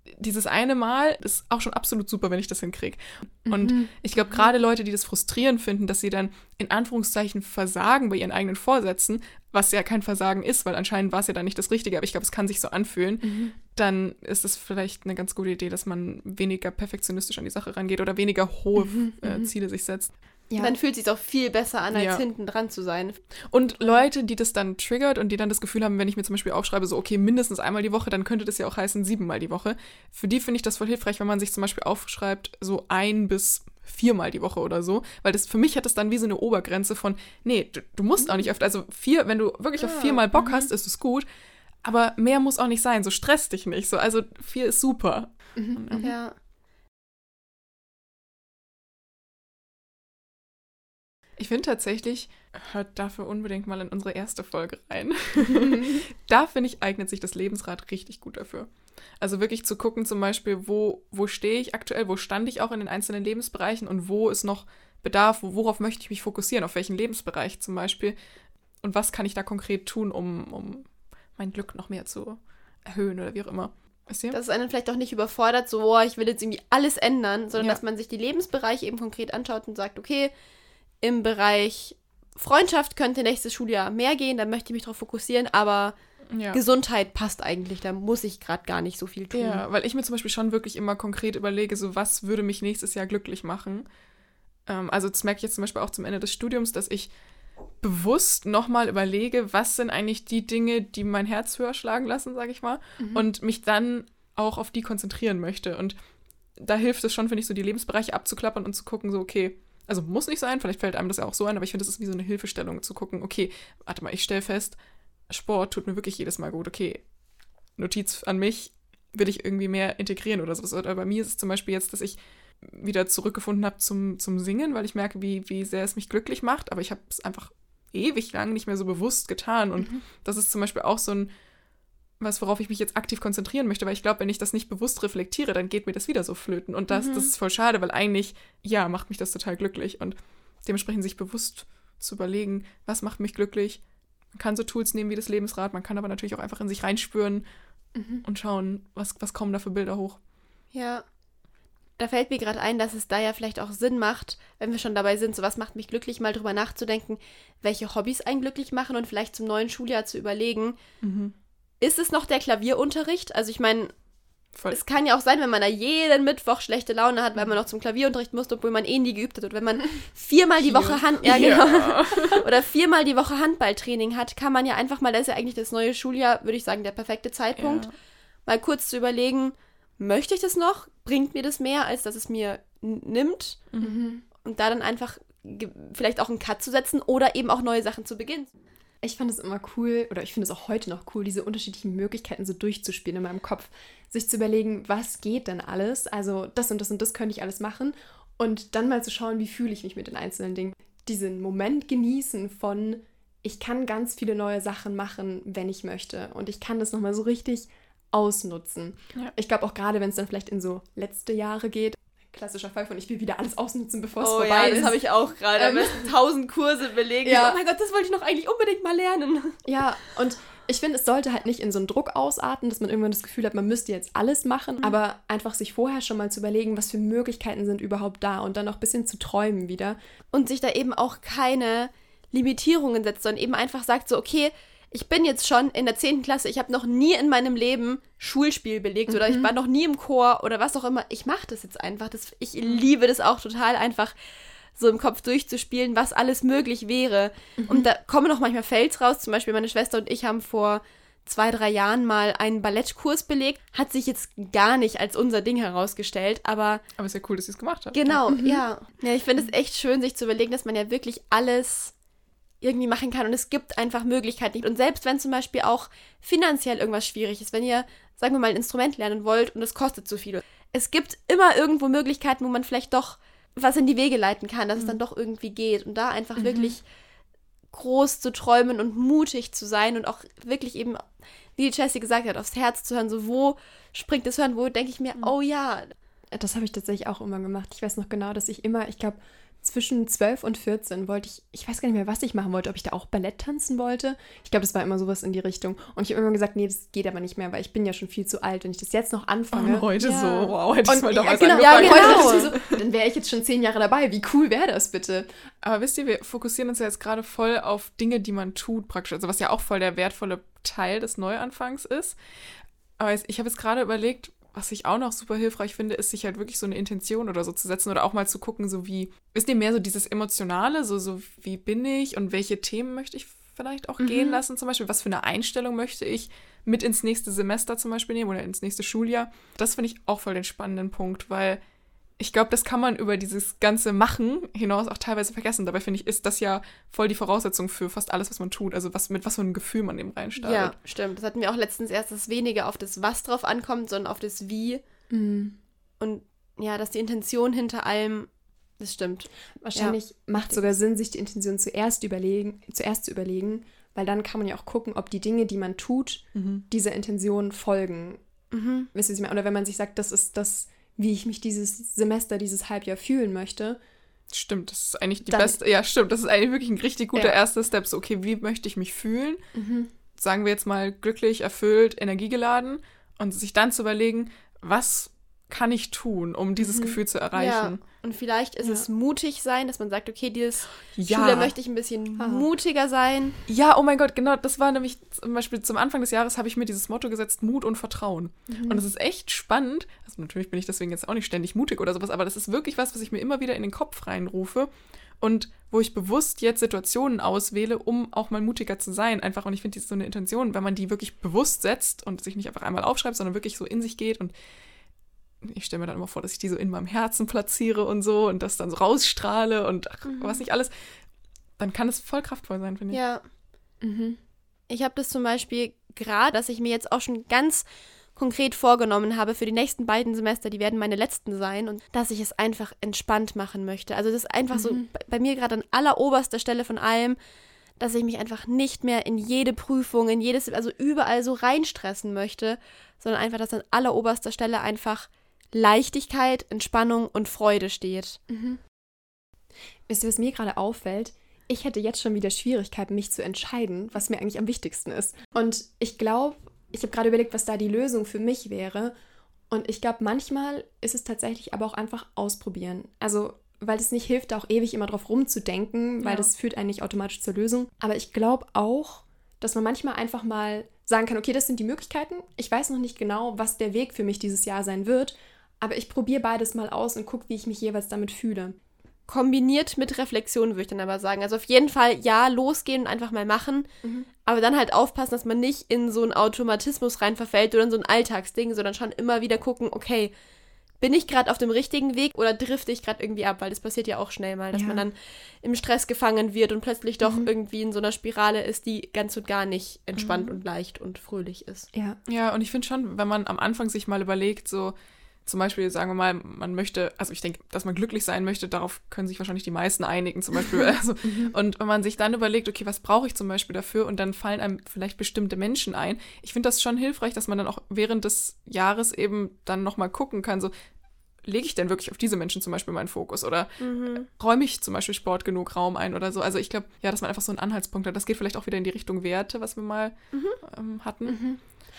dieses eine Mal ist auch schon absolut super, wenn ich das hinkriege. Und mhm. ich glaube, gerade Leute, die das frustrierend finden, dass sie dann in Anführungszeichen versagen bei ihren eigenen Vorsätzen, was ja kein Versagen ist, weil anscheinend war es ja dann nicht das Richtige, aber ich glaube, es kann sich so anfühlen, mhm. dann ist es vielleicht eine ganz gute Idee, dass man weniger perfektionistisch an die Sache rangeht oder weniger hohe mhm. äh, Ziele sich setzt. Ja. Dann fühlt es sich auch viel besser an, als ja. hinten dran zu sein. Und Leute, die das dann triggert und die dann das Gefühl haben, wenn ich mir zum Beispiel aufschreibe, so okay, mindestens einmal die Woche, dann könnte das ja auch heißen siebenmal die Woche. Für die finde ich das voll hilfreich, wenn man sich zum Beispiel aufschreibt, so ein bis viermal die Woche oder so. Weil das für mich hat das dann wie so eine Obergrenze von, nee, du, du musst auch nicht oft, also vier, wenn du wirklich ja. auf viermal Bock mhm. hast, ist es gut. Aber mehr muss auch nicht sein, so stress dich nicht. So, also vier ist super. Mhm. Und, ja. ja. Ich finde tatsächlich, hört dafür unbedingt mal in unsere erste Folge rein. Da, finde ich, eignet sich das Lebensrad richtig gut dafür. Also wirklich zu gucken zum Beispiel, wo, wo stehe ich aktuell, wo stand ich auch in den einzelnen Lebensbereichen und wo ist noch Bedarf, worauf möchte ich mich fokussieren, auf welchen Lebensbereich zum Beispiel und was kann ich da konkret tun, um, um mein Glück noch mehr zu erhöhen oder wie auch immer. Dass es einen vielleicht auch nicht überfordert, so, oh, ich will jetzt irgendwie alles ändern, sondern ja. dass man sich die Lebensbereiche eben konkret anschaut und sagt, okay, im Bereich Freundschaft könnte nächstes Schuljahr mehr gehen, da möchte ich mich drauf fokussieren, aber ja. Gesundheit passt eigentlich, da muss ich gerade gar nicht so viel tun. Ja, weil ich mir zum Beispiel schon wirklich immer konkret überlege, so was würde mich nächstes Jahr glücklich machen. Ähm, also das merke ich jetzt zum Beispiel auch zum Ende des Studiums, dass ich bewusst nochmal überlege, was sind eigentlich die Dinge, die mein Herz höher schlagen lassen, sage ich mal, mhm. und mich dann auch auf die konzentrieren möchte. Und da hilft es schon, finde ich, so die Lebensbereiche abzuklappern und zu gucken, so okay, also muss nicht sein, vielleicht fällt einem das ja auch so ein, aber ich finde, das ist wie so eine Hilfestellung zu gucken, okay, warte mal, ich stelle fest, Sport tut mir wirklich jedes Mal gut, okay, Notiz an mich, will ich irgendwie mehr integrieren oder so. Oder bei mir ist es zum Beispiel jetzt, dass ich wieder zurückgefunden habe zum, zum Singen, weil ich merke, wie, wie sehr es mich glücklich macht, aber ich habe es einfach ewig lang nicht mehr so bewusst getan und mhm. das ist zum Beispiel auch so ein was, worauf ich mich jetzt aktiv konzentrieren möchte, weil ich glaube, wenn ich das nicht bewusst reflektiere, dann geht mir das wieder so flöten. Und das, mhm. das ist voll schade, weil eigentlich, ja, macht mich das total glücklich. Und dementsprechend sich bewusst zu überlegen, was macht mich glücklich. Man kann so Tools nehmen wie das Lebensrad, man kann aber natürlich auch einfach in sich reinspüren mhm. und schauen, was, was kommen da für Bilder hoch. Ja, da fällt mir gerade ein, dass es da ja vielleicht auch Sinn macht, wenn wir schon dabei sind, so was macht mich glücklich, mal drüber nachzudenken, welche Hobbys einen glücklich machen und vielleicht zum neuen Schuljahr zu überlegen, mhm. ist es noch der Klavierunterricht? Also ich meine, es kann ja auch sein, wenn man da jeden Mittwoch schlechte Laune hat, weil man noch zum Klavierunterricht muss, obwohl man eh nie geübt hat. Und wenn man viermal die Woche Hand, ja, genau, ja. oder viermal die Woche Handballtraining hat, kann man ja einfach mal, das ist ja eigentlich das neue Schuljahr, würde ich sagen, der perfekte Zeitpunkt, ja. mal kurz zu überlegen, möchte ich das noch? Bringt mir das mehr, als dass es mir n- nimmt? Mhm. Und da dann einfach ge- vielleicht auch einen Cut zu setzen oder eben auch neue Sachen zu beginnen. Ich fand es immer cool, oder ich finde es auch heute noch cool, diese unterschiedlichen Möglichkeiten so durchzuspielen in meinem Kopf. Sich zu überlegen, was geht denn alles? Also das und das und das könnte ich alles machen. Und dann mal zu schauen, wie fühle ich mich mit den einzelnen Dingen. Diesen Moment genießen von, ich kann ganz viele neue Sachen machen, wenn ich möchte. Und ich kann das nochmal so richtig ausnutzen. Ja. Ich glaube auch gerade, wenn es dann vielleicht in so letzte Jahre geht, klassischer Fall von, ich will wieder alles ausnutzen, bevor es oh, vorbei ja, ist. Das habe ich auch gerade. Ähm, tausend Kurse belegen. Ja. Oh mein Gott, das wollte ich noch eigentlich unbedingt mal lernen. Ja, und ich finde, es sollte halt nicht in so einen Druck ausarten, dass man irgendwann das Gefühl hat, man müsste jetzt alles machen, mhm. aber einfach sich vorher schon mal zu überlegen, was für Möglichkeiten sind überhaupt da und dann auch ein bisschen zu träumen wieder. Und sich da eben auch keine Limitierungen setzt, sondern eben einfach sagt so, okay, ich bin jetzt schon in der zehnten Klasse, ich habe noch nie in meinem Leben Schulspiel belegt mhm. oder ich war noch nie im Chor oder was auch immer. Ich mache das jetzt einfach. Das, ich liebe das auch total, einfach so im Kopf durchzuspielen, was alles möglich wäre. Mhm. Und da kommen noch manchmal Fails raus. Zum Beispiel meine Schwester und ich haben vor zwei, drei Jahren mal einen Ballettkurs belegt. Hat sich jetzt gar nicht als unser Ding herausgestellt, aber... Aber ist ja cool, dass sie es gemacht hat. Genau, mhm. ja. ja. Ich finde es echt schön, sich zu überlegen, dass man ja wirklich alles irgendwie machen kann und es gibt einfach Möglichkeiten. Und selbst wenn zum Beispiel auch finanziell irgendwas schwierig ist, wenn ihr, sagen wir mal, ein Instrument lernen wollt und es kostet zu viel, es gibt immer irgendwo Möglichkeiten, wo man vielleicht doch was in die Wege leiten kann, dass mhm. es dann doch irgendwie geht und da einfach mhm. wirklich groß zu träumen und mutig zu sein und auch wirklich eben, wie die Jessie gesagt hat, aufs Herz zu hören, so wo springt das Hören, wo denke ich mir, mhm. oh ja. Das habe ich tatsächlich auch immer gemacht. Ich weiß noch genau, dass ich immer, ich glaube, zwischen zwölf und vierzehn wollte ich, ich weiß gar nicht mehr, was ich machen wollte, ob ich da auch Ballett tanzen wollte. Ich glaube, das war immer sowas in die Richtung. Und ich habe immer gesagt, nee, das geht aber nicht mehr, weil ich bin ja schon viel zu alt. Wenn ich das jetzt noch anfange. Und heute ja. so, wow, hätte ich es mal ja, damals genau, angefangen. Ja, genau. So, dann wäre ich jetzt schon zehn Jahre dabei. Wie cool wäre das bitte? Aber wisst ihr, wir fokussieren uns ja jetzt gerade voll auf Dinge, die man tut praktisch. Also was ja auch voll der wertvolle Teil des Neuanfangs ist. Aber ich habe jetzt gerade überlegt, was ich auch noch super hilfreich finde, ist, sich halt wirklich so eine Intention oder so zu setzen oder auch mal zu gucken, so wie, wisst ihr, mehr so dieses Emotionale, so, so wie bin ich und welche Themen möchte ich vielleicht auch mhm. gehen lassen zum Beispiel, was für eine Einstellung möchte ich mit ins nächste Semester zum Beispiel nehmen oder ins nächste Schuljahr. Das finde ich auch voll den spannenden Punkt, weil ich glaube, das kann man über dieses ganze Machen hinaus auch teilweise vergessen. Dabei finde ich, ist das ja voll die Voraussetzung für fast alles, was man tut. Also was mit was für einem Gefühl man eben reinstartet. Ja, stimmt. Das hatten wir auch letztens erst, dass es weniger auf das Was drauf ankommt, sondern auf das Wie. Mhm. Und ja, dass die Intention hinter allem, das stimmt. Wahrscheinlich ja. macht sogar Sinn, sich die Intention zuerst überlegen, zuerst zu überlegen, weil dann kann man ja auch gucken, ob die Dinge, die man tut, mhm. dieser Intention folgen. Mhm. Wisst ihr, was ich meine? Oder wenn man sich sagt, das ist das, wie ich mich dieses Semester, dieses Halbjahr fühlen möchte. Stimmt, das ist eigentlich die dann, beste, ja stimmt, das ist eigentlich wirklich ein richtig guter ja. erster Step. So, okay, wie möchte ich mich fühlen? Mhm. Sagen wir jetzt mal glücklich, erfüllt, energiegeladen und sich dann zu überlegen, was kann ich tun, um dieses mhm. Gefühl zu erreichen? Ja. Und vielleicht ist ja. es mutig sein, dass man sagt, okay, dieses ja. Schüler möchte ich ein bisschen Aha. mutiger sein. Ja, oh mein Gott, genau, das war nämlich zum Beispiel zum Anfang des Jahres habe ich mir dieses Motto gesetzt, Mut und Vertrauen. Mhm. Und es ist echt spannend, also natürlich bin ich deswegen jetzt auch nicht ständig mutig oder sowas, aber das ist wirklich was, was ich mir immer wieder in den Kopf reinrufe und wo ich bewusst jetzt Situationen auswähle, um auch mal mutiger zu sein. Einfach, und ich finde, das ist so eine Intention, wenn man die wirklich bewusst setzt und sich nicht einfach einmal aufschreibt, sondern wirklich so in sich geht und ich stelle mir dann immer vor, dass ich die so in meinem Herzen platziere und so und das dann so rausstrahle und ach, mhm. was nicht alles, dann kann es voll kraftvoll sein, finde ich. Ja. Mhm. Ich habe das zum Beispiel gerade, dass ich mir jetzt auch schon ganz konkret vorgenommen habe für die nächsten beiden Semester, die werden meine letzten sein und dass ich es einfach entspannt machen möchte. Also das ist einfach mhm. so bei, bei mir gerade an alleroberster Stelle von allem, dass ich mich einfach nicht mehr in jede Prüfung, in jedes, also überall so reinstressen möchte, sondern einfach, dass an alleroberster Stelle einfach Leichtigkeit, Entspannung und Freude steht. Mhm. Wisst ihr, was mir gerade auffällt? Ich hätte jetzt schon wieder Schwierigkeiten, mich zu entscheiden, was mir eigentlich am wichtigsten ist. Und ich glaube, ich habe gerade überlegt, was da die Lösung für mich wäre. Und ich glaube, manchmal ist es tatsächlich aber auch einfach ausprobieren. Also, weil es nicht hilft, da auch ewig immer drauf rumzudenken, weil ja. das führt einen nicht automatisch zur Lösung. Aber ich glaube auch, dass man manchmal einfach mal sagen kann, okay, das sind die Möglichkeiten. Ich weiß noch nicht genau, was der Weg für mich dieses Jahr sein wird. Aber ich probiere beides mal aus und gucke, wie ich mich jeweils damit fühle. Kombiniert mit Reflexion, würde ich dann aber sagen. Also auf jeden Fall, ja, losgehen und einfach mal machen. Mhm. Aber dann halt aufpassen, dass man nicht in so einen Automatismus rein verfällt oder in so ein Alltagsding, sondern schon immer wieder gucken, okay, bin ich gerade auf dem richtigen Weg oder drifte ich gerade irgendwie ab? Weil das passiert ja auch schnell mal, dass ja. man dann im Stress gefangen wird und plötzlich doch mhm. irgendwie in so einer Spirale ist, die ganz und gar nicht entspannt mhm. und leicht und fröhlich ist. Ja, ja, und ich finde schon, wenn man am Anfang sich mal überlegt, so zum Beispiel, sagen wir mal, man möchte, also ich denke, dass man glücklich sein möchte, darauf können sich wahrscheinlich die meisten einigen zum Beispiel. Also, und wenn man sich dann überlegt, okay, was brauche ich zum Beispiel dafür? Und dann fallen einem vielleicht bestimmte Menschen ein. Ich finde das schon hilfreich, dass man dann auch während des Jahres eben dann nochmal gucken kann, so, lege ich denn wirklich auf diese Menschen zum Beispiel meinen Fokus? Oder mhm. räume ich zum Beispiel Sport genug Raum ein oder so? Also ich glaube, ja, dass man einfach so einen Anhaltspunkt hat. Das geht vielleicht auch wieder in die Richtung Werte, was wir mal mhm. ähm, hatten. Mhm.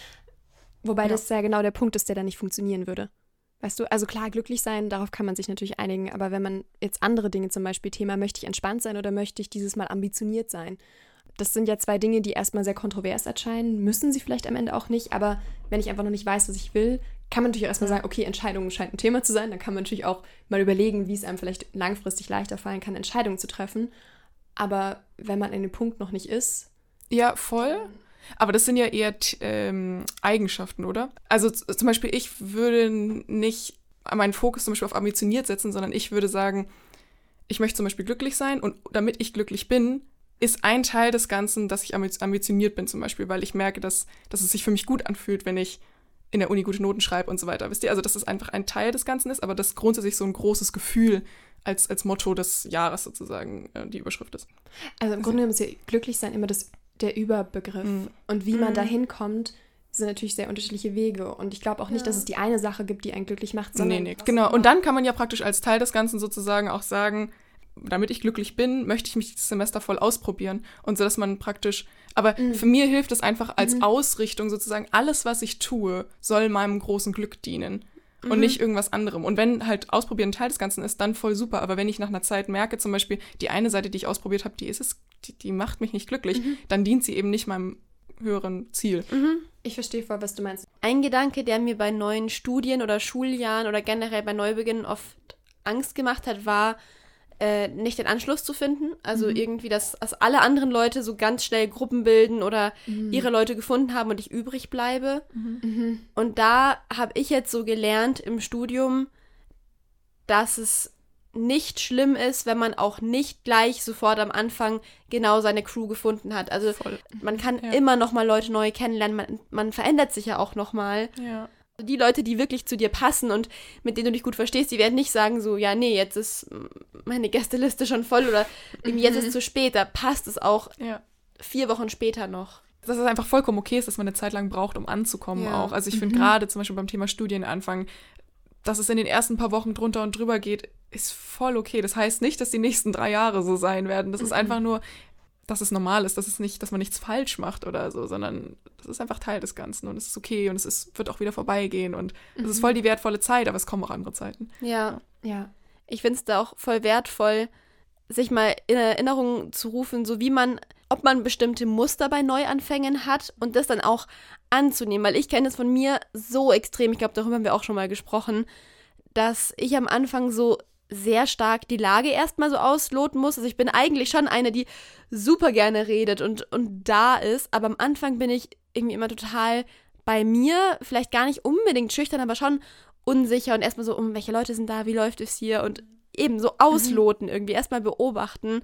Wobei ja. das ja genau der Punkt ist, der da nicht funktionieren würde. Weißt du, also klar, glücklich sein, darauf kann man sich natürlich einigen, aber wenn man jetzt andere Dinge, zum Beispiel Thema, möchte ich entspannt sein oder möchte ich dieses Mal ambitioniert sein? Das sind ja zwei Dinge, die erstmal sehr kontrovers erscheinen, müssen sie vielleicht am Ende auch nicht, aber wenn ich einfach noch nicht weiß, was ich will, kann man natürlich auch erstmal sagen, okay, Entscheidungen scheint ein Thema zu sein, dann kann man natürlich auch mal überlegen, wie es einem vielleicht langfristig leichter fallen kann, Entscheidungen zu treffen, aber wenn man an dem Punkt noch nicht ist... Ja, voll. Aber das sind ja eher ähm, Eigenschaften, oder? Also z- zum Beispiel, ich würde nicht meinen Fokus zum Beispiel auf ambitioniert setzen, sondern ich würde sagen, ich möchte zum Beispiel glücklich sein und damit ich glücklich bin, ist ein Teil des Ganzen, dass ich ambitioniert bin zum Beispiel, weil ich merke, dass, dass es sich für mich gut anfühlt, wenn ich in der Uni gute Noten schreibe und so weiter. Wisst ihr, also dass es einfach ein Teil des Ganzen ist, aber dass grundsätzlich so ein großes Gefühl als, als Motto des Jahres sozusagen äh, die Überschrift ist. Also im Grunde genommen ist ja glücklich sein immer das der Überbegriff. Mhm. Und wie man mhm. da hinkommt, sind natürlich sehr unterschiedliche Wege. Und ich glaube auch nicht, ja. dass es die eine Sache gibt, die einen glücklich macht, sondern... Nee, nee, genau. Und dann kann man ja praktisch als Teil des Ganzen sozusagen auch sagen, damit ich glücklich bin, möchte ich mich dieses Semester voll ausprobieren. Und so, dass man praktisch, aber mhm. für mir hilft es einfach als mhm. Ausrichtung sozusagen, alles, was ich tue, soll meinem großen Glück dienen. Und mhm. nicht irgendwas anderem. Und wenn halt Ausprobieren ein Teil des Ganzen ist, dann voll super. Aber wenn ich nach einer Zeit merke, zum Beispiel, die eine Seite, die ich ausprobiert habe, die ist es, die, die macht mich nicht glücklich, mhm. dann dient sie eben nicht meinem höheren Ziel. Mhm. Ich verstehe voll, was du meinst. Ein Gedanke, der mir bei neuen Studien oder Schuljahren oder generell bei Neubeginn oft Angst gemacht hat, war, äh, nicht den Anschluss zu finden. Also mhm. irgendwie, dass, dass alle anderen Leute so ganz schnell Gruppen bilden oder mhm. ihre Leute gefunden haben und ich übrig bleibe. Mhm. Und da habe ich jetzt so gelernt im Studium, dass es nicht schlimm ist, wenn man auch nicht gleich sofort am Anfang genau seine Crew gefunden hat. Also Voll. man kann ja. immer noch mal Leute neu kennenlernen. Man, man verändert sich ja auch noch mal. Ja. Die Leute, die wirklich zu dir passen und mit denen du dich gut verstehst, die werden nicht sagen so, ja, nee, jetzt ist meine Gästeliste schon voll oder irgendwie jetzt ist es zu spät. Da passt es auch ja. vier Wochen später noch. Dass es einfach vollkommen okay ist, dass man eine Zeit lang braucht, um anzukommen ja. auch. Also ich finde mhm. gerade zum Beispiel beim Thema Studienanfang, dass es in den ersten paar Wochen drunter und drüber geht, ist voll okay. Das heißt nicht, dass die nächsten drei Jahre so sein werden. Das mhm. ist einfach nur, dass es normal ist, dass es nicht, dass man nichts falsch macht oder so, sondern das ist einfach Teil des Ganzen und es ist okay und es ist, wird auch wieder vorbeigehen und es mhm. ist voll die wertvolle Zeit, aber es kommen auch andere Zeiten. Ja, ja. Ich finde es da auch voll wertvoll, sich mal in Erinnerung zu rufen, so wie man, ob man bestimmte Muster bei Neuanfängen hat und das dann auch anzunehmen, weil ich kenne es von mir so extrem, ich glaube, darüber haben wir auch schon mal gesprochen, dass ich am Anfang so sehr stark die Lage erstmal so ausloten muss. Also ich bin eigentlich schon eine, die super gerne redet und, und da ist, aber am Anfang bin ich irgendwie immer total bei mir, vielleicht gar nicht unbedingt schüchtern, aber schon unsicher und erstmal so, um welche Leute sind da, wie läuft es hier und eben so ausloten mhm. irgendwie, erstmal beobachten.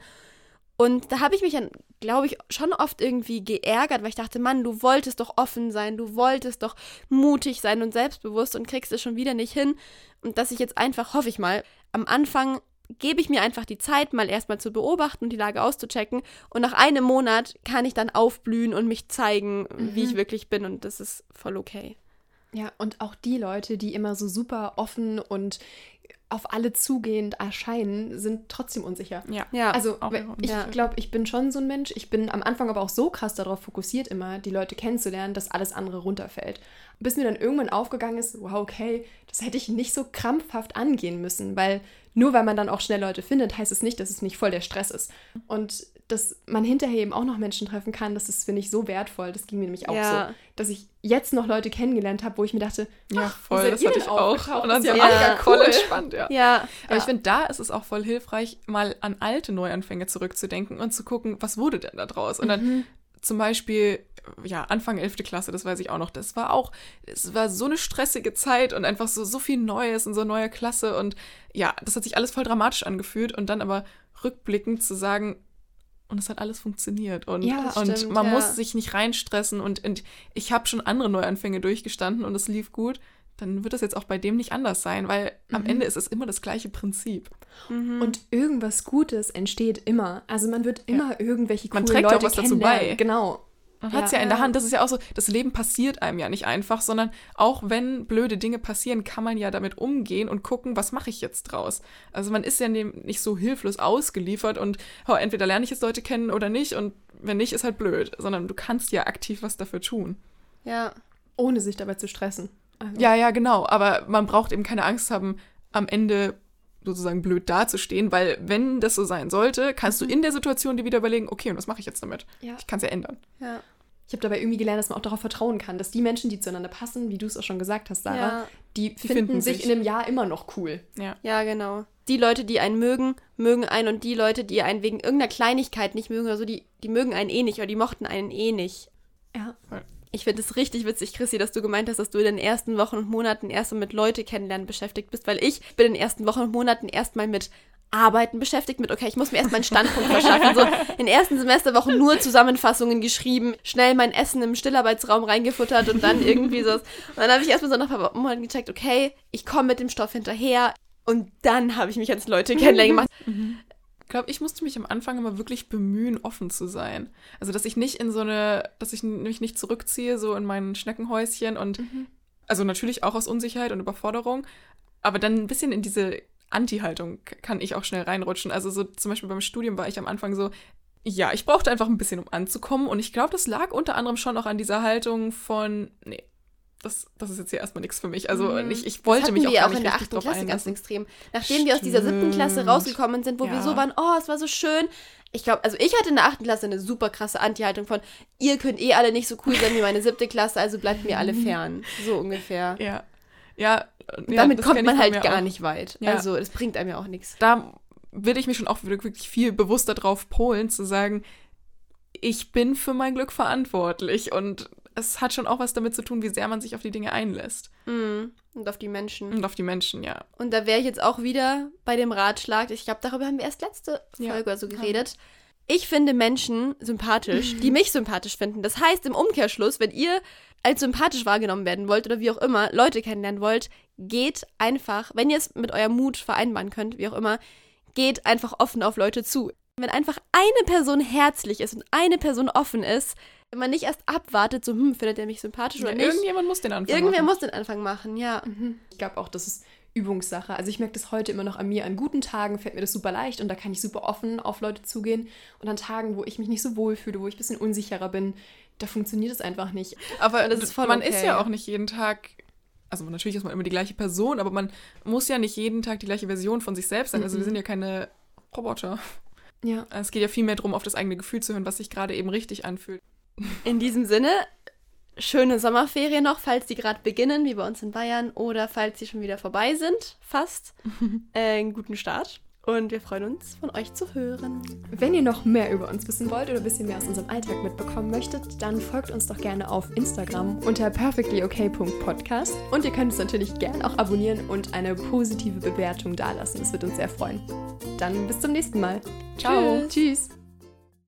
Und da habe ich mich dann, glaube ich, schon oft irgendwie geärgert, weil ich dachte, Mann, du wolltest doch offen sein, du wolltest doch mutig sein und selbstbewusst und kriegst es schon wieder nicht hin. Und dass ich jetzt einfach, hoffe ich mal, am Anfang gebe ich mir einfach die Zeit, mal erstmal zu beobachten und die Lage auszuchecken. Und nach einem Monat kann ich dann aufblühen und mich zeigen, mhm. wie ich wirklich bin. Und das ist voll okay. Ja, und auch die Leute, die immer so super offen und auf alle zugehend erscheinen, sind trotzdem unsicher. Ja, ja also ich ja. glaube, ich bin schon so ein Mensch. Ich bin am Anfang aber auch so krass darauf fokussiert, immer die Leute kennenzulernen, dass alles andere runterfällt. Bis mir dann irgendwann aufgegangen ist, wow, okay, das hätte ich nicht so krampfhaft angehen müssen, weil nur weil man dann auch schnell Leute findet, heißt es nicht, dass es nicht voll der Stress ist. Und dass man hinterher eben auch noch Menschen treffen kann, das ist, finde ich, so wertvoll. Das ging mir nämlich auch ja. so, dass ich jetzt noch Leute kennengelernt habe, wo ich mir dachte, ja, voll, das hatte ich auch. Und dann ja, so, ja, ja, voll entspannt, ja. ja. Aber ja. ich finde, da ist es auch voll hilfreich, mal an alte Neuanfänge zurückzudenken und zu gucken, was wurde denn da draus? Und mhm. dann zum Beispiel, ja, Anfang elfte Klasse, das weiß ich auch noch, das war auch, es war so eine stressige Zeit und einfach so, so viel Neues und so eine neue Klasse und ja, das hat sich alles voll dramatisch angefühlt und dann aber rückblickend zu sagen, und es hat alles funktioniert und, ja, und stimmt, man ja. muss sich nicht reinstressen und, und ich habe schon andere Neuanfänge durchgestanden und es lief gut, dann wird das jetzt auch bei dem nicht anders sein, weil mhm. am Ende ist es immer das gleiche Prinzip. Mhm. Und irgendwas Gutes entsteht immer. Also man wird immer ja. irgendwelche coolen Man trägt Leute auch was dazu bei. Genau. Man hat es ja, ja in der Hand. Das ist ja auch so, das Leben passiert einem ja nicht einfach, sondern auch wenn blöde Dinge passieren, kann man ja damit umgehen und gucken, was mache ich jetzt draus. Also man ist ja nicht so hilflos ausgeliefert und oh, entweder lerne ich jetzt Leute kennen oder nicht und wenn nicht, ist halt blöd, sondern du kannst ja aktiv was dafür tun. Ja. Ohne sich dabei zu stressen. Also. Ja, ja, genau. Aber man braucht eben keine Angst haben, am Ende sozusagen blöd dazustehen, weil wenn das so sein sollte, kannst mhm. du in der Situation dir wieder überlegen, okay, und was mache ich jetzt damit? Ja. Ich kann es ja ändern. Ja. Ich habe dabei irgendwie gelernt, dass man auch darauf vertrauen kann, dass die Menschen, die zueinander passen, wie du es auch schon gesagt hast, Sarah, ja. die, die finden, finden sich in einem Jahr immer noch cool. Ja. ja, genau. Die Leute, die einen mögen, mögen einen und die Leute, die einen wegen irgendeiner Kleinigkeit nicht mögen oder so, die, die mögen einen eh nicht oder die mochten einen eh nicht. Ja. Ich finde es richtig witzig, Chrissy, dass du gemeint hast, dass du in den ersten Wochen und Monaten erst mal mit Leute kennenlernen beschäftigt bist, weil ich bin in den ersten Wochen und Monaten erstmal mit Arbeiten beschäftigt, mit, okay, ich muss mir erstmal einen Standpunkt verschaffen. So in den ersten Semesterwochen nur Zusammenfassungen geschrieben, schnell mein Essen im Stillarbeitsraum reingefuttert und dann irgendwie so. Und dann habe ich erstmal so nach ein paar Monaten gecheckt, okay, ich komme mit dem Stoff hinterher und dann habe ich mich als Leute kennenlernen gemacht. Mhm. Ich glaube, ich musste mich am Anfang immer wirklich bemühen, offen zu sein. Also, dass ich nicht in so eine, dass ich mich nicht zurückziehe, so in mein Schneckenhäuschen und, mhm. also natürlich auch aus Unsicherheit und Überforderung, aber dann ein bisschen in diese Anti-Haltung kann ich auch schnell reinrutschen. Also so zum Beispiel beim Studium war ich am Anfang so, ja, ich brauchte einfach ein bisschen, um anzukommen. Und ich glaube, das lag unter anderem schon auch an dieser Haltung von, nee, das, das ist jetzt hier erstmal nichts für mich. Also Mhm. ich, ich wollte das mich hatten auch wir gar auch nicht in der richtig achten drauf Klasse ganz einlassen. extrem. Nachdem wir aus dieser siebten Klasse Stimmt. rausgekommen sind, wo wir Ja. so waren, oh, es war so schön. Ich glaube, also ich hatte in der achten Klasse eine super krasse Anti-Haltung von, ihr könnt eh alle nicht so cool sein wie meine siebte Klasse, also bleibt mir alle fern. So ungefähr. Ja, ja. Und ja, damit das kommt kenn ich man von halt mir gar auch. nicht weit. Ja. Also das bringt einem ja auch nichts. Da will ich mich schon auch wirklich viel bewusster drauf polen, zu sagen, ich bin für mein Glück verantwortlich und es hat schon auch was damit zu tun, wie sehr man sich auf die Dinge einlässt. Mhm. Und auf die Menschen. Und auf die Menschen, ja. Und da wäre ich jetzt auch wieder bei dem Ratschlag, ich glaube, darüber haben wir erst letzte Ja. Folge oder so geredet. Ich finde Menschen sympathisch, die mich sympathisch finden. Das heißt, im Umkehrschluss, wenn ihr als sympathisch wahrgenommen werden wollt oder wie auch immer Leute kennenlernen wollt, geht einfach, wenn ihr es mit eurem Mut vereinbaren könnt, wie auch immer, geht einfach offen auf Leute zu. Wenn einfach eine Person herzlich ist und eine Person offen ist, wenn man nicht erst abwartet, so, hm, findet er mich sympathisch oder ja nicht. irgendjemand muss den Anfang Irgendwer machen. muss den Anfang machen, ja. Ich glaube auch, das ist Übungssache. Also ich merke das heute immer noch an mir. An guten Tagen fällt mir das super leicht und da kann ich super offen auf Leute zugehen. Und an Tagen, wo ich mich nicht so wohl fühle, wo ich ein bisschen unsicherer bin, da funktioniert es einfach nicht. Aber das ist voll man okay. ist ja auch nicht jeden Tag, also natürlich ist man immer die gleiche Person, aber man muss ja nicht jeden Tag die gleiche Version von sich selbst sein. Also wir sind ja keine Roboter. Ja. Es geht ja viel mehr darum, auf das eigene Gefühl zu hören, was sich gerade eben richtig anfühlt. In diesem Sinne, schöne Sommerferien noch, falls die gerade beginnen, wie bei uns in Bayern, oder falls sie schon wieder vorbei sind, fast. äh, einen guten Start. Und wir freuen uns, von euch zu hören. Wenn ihr noch mehr über uns wissen wollt oder ein bisschen mehr aus unserem Alltag mitbekommen möchtet, dann folgt uns doch gerne auf Instagram unter perfectly okay punkt podcast. Und ihr könnt uns natürlich gerne auch abonnieren und eine positive Bewertung dalassen. Das wird uns sehr freuen. Dann bis zum nächsten Mal. Ciao. Tschüss.